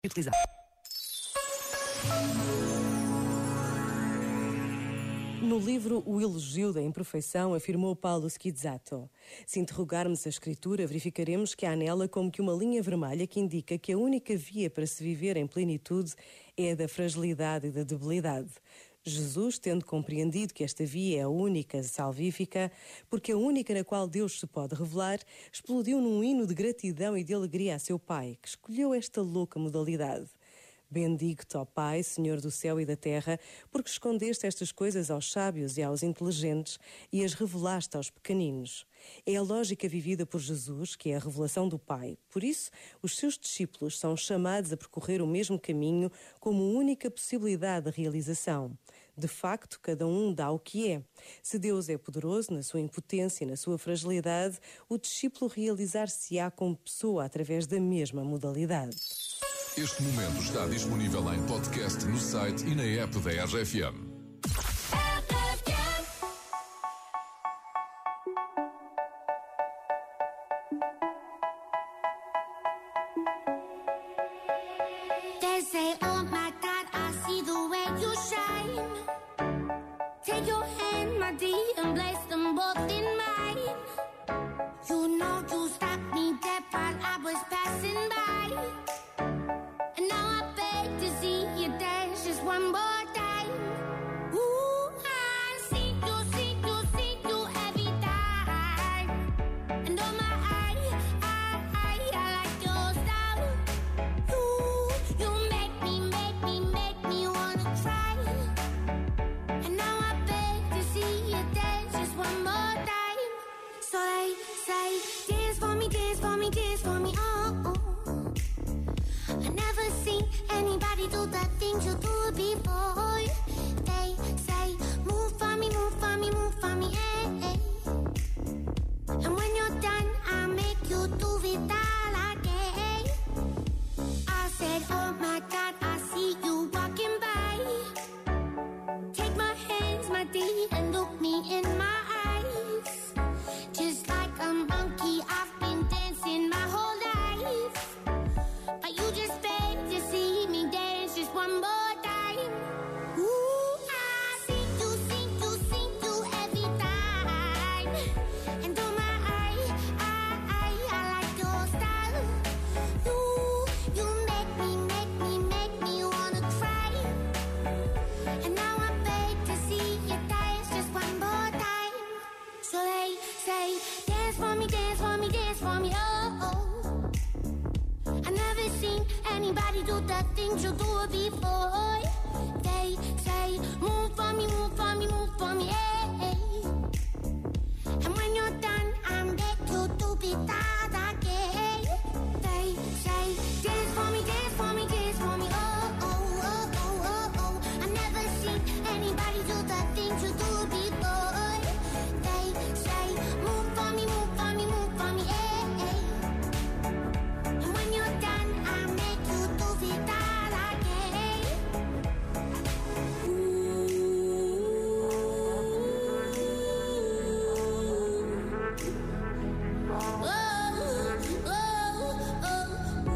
utilizar. No livro O Elogio da Imperfeição, afirmou Paulo Schizzato: se interrogarmos a Escritura, verificaremos que há nela como que uma linha vermelha que indica que a única via para se viver em plenitude é a da fragilidade e da debilidade. Jesus, tendo compreendido que esta via é a única salvífica, porque a única na qual Deus se pode revelar, explodiu num hino de gratidão e de alegria a seu Pai, que escolheu esta louca modalidade. Bendigo-te, ó Pai, Senhor do céu e da terra, porque escondeste estas coisas aos sábios e aos inteligentes e as revelaste aos pequeninos. É a lógica vivida por Jesus, que é a revelação do Pai. Por isso, os seus discípulos são chamados a percorrer o mesmo caminho como única possibilidade de realização. De facto, cada um dá o que é. Se Deus é poderoso na sua impotência e na sua fragilidade, o discípulo realizar-se-á como pessoa através da mesma modalidade. Este momento está disponível em podcast no site e na app da RFM. They say, oh my God, I see the way you shine. Take your hand, my dear, and place them both in mine. You know you stopped me dead while I was passing by. And now I beg to see you dance just one more time. Ooh, I see you every time. And oh my, I like your style. You make me wanna try. And now I beg to see you dance just one more time. So they say, dance for me, dance for me, dance for me, oh, oh. I never seen anybody do the things you do before. They say, move for me, move for me, move for me, eh, eh. And when you're done, I'll make you do it all again. I said, oh my God, I see you walking by. Take my hands, my dear, and look me in my eyes. Just like a monkey, I've been dancing my whole life. But you just beg to see me dance just one more time. Ooh, I see you every time. And oh my, I like your style. You make me wanna cry. And now I beg to see you dance just one more time. So they say, dance for me, dance for me, dance for me, oh, oh. I never seen anybody do the things you do before. They say, move for me, move for me, move for me, eh, eh. And when you're done, I'll make you do it all again. They say, dance for me, dance for me, dance for me, oh, oh, oh, oh, oh, oh. I never seen anybody do the things you do before. They say, move for me, move for me, move for me, eh, eh. And when you're done, I'll make you do it all again. Ooh. Oh, oh, oh,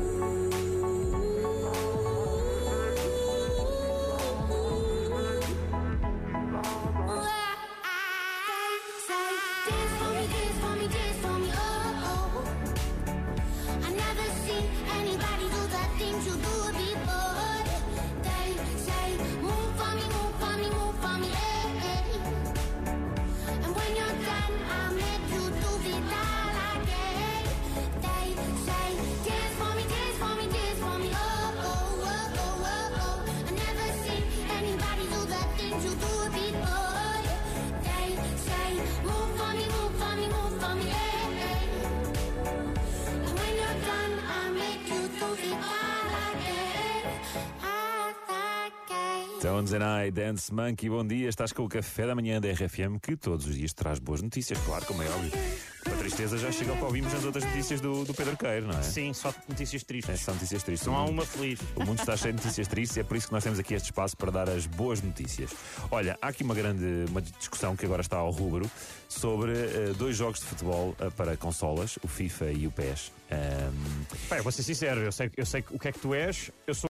dance for me, dance for me, oh, oh. I never seen anybody do the things you do before. They say, move for me, move for me, move for me, eh, eh. And when you're done, I'll make you do it all again. They say, dance for me, dance for me, dance for me, oh, oh, oh, oh, oh, oh. I never seen anybody do the things you do before. They say, move for me, move for me, move for me, eh, eh. And when you're done, I'll make you do it all again, all again. Tones and I, Dance Monkey, bom dia. Estás com o café da manhã da RFM, que todos os dias traz boas notícias, claro, como é óbvio. tristeza já chega ao que ouvimos nas outras notícias do Pedro Queiro, não é? Sim, só notícias tristes. São notícias tristes. Não há uma feliz. O mundo está cheio de notícias tristes e é por isso que nós temos aqui este espaço para dar as boas notícias. Olha, há aqui uma discussão que agora está ao rubro sobre 2 jogos de futebol para consolas, o FIFA e o PES. Pai, eu vou ser sincero, eu sei o que é que tu és, eu sou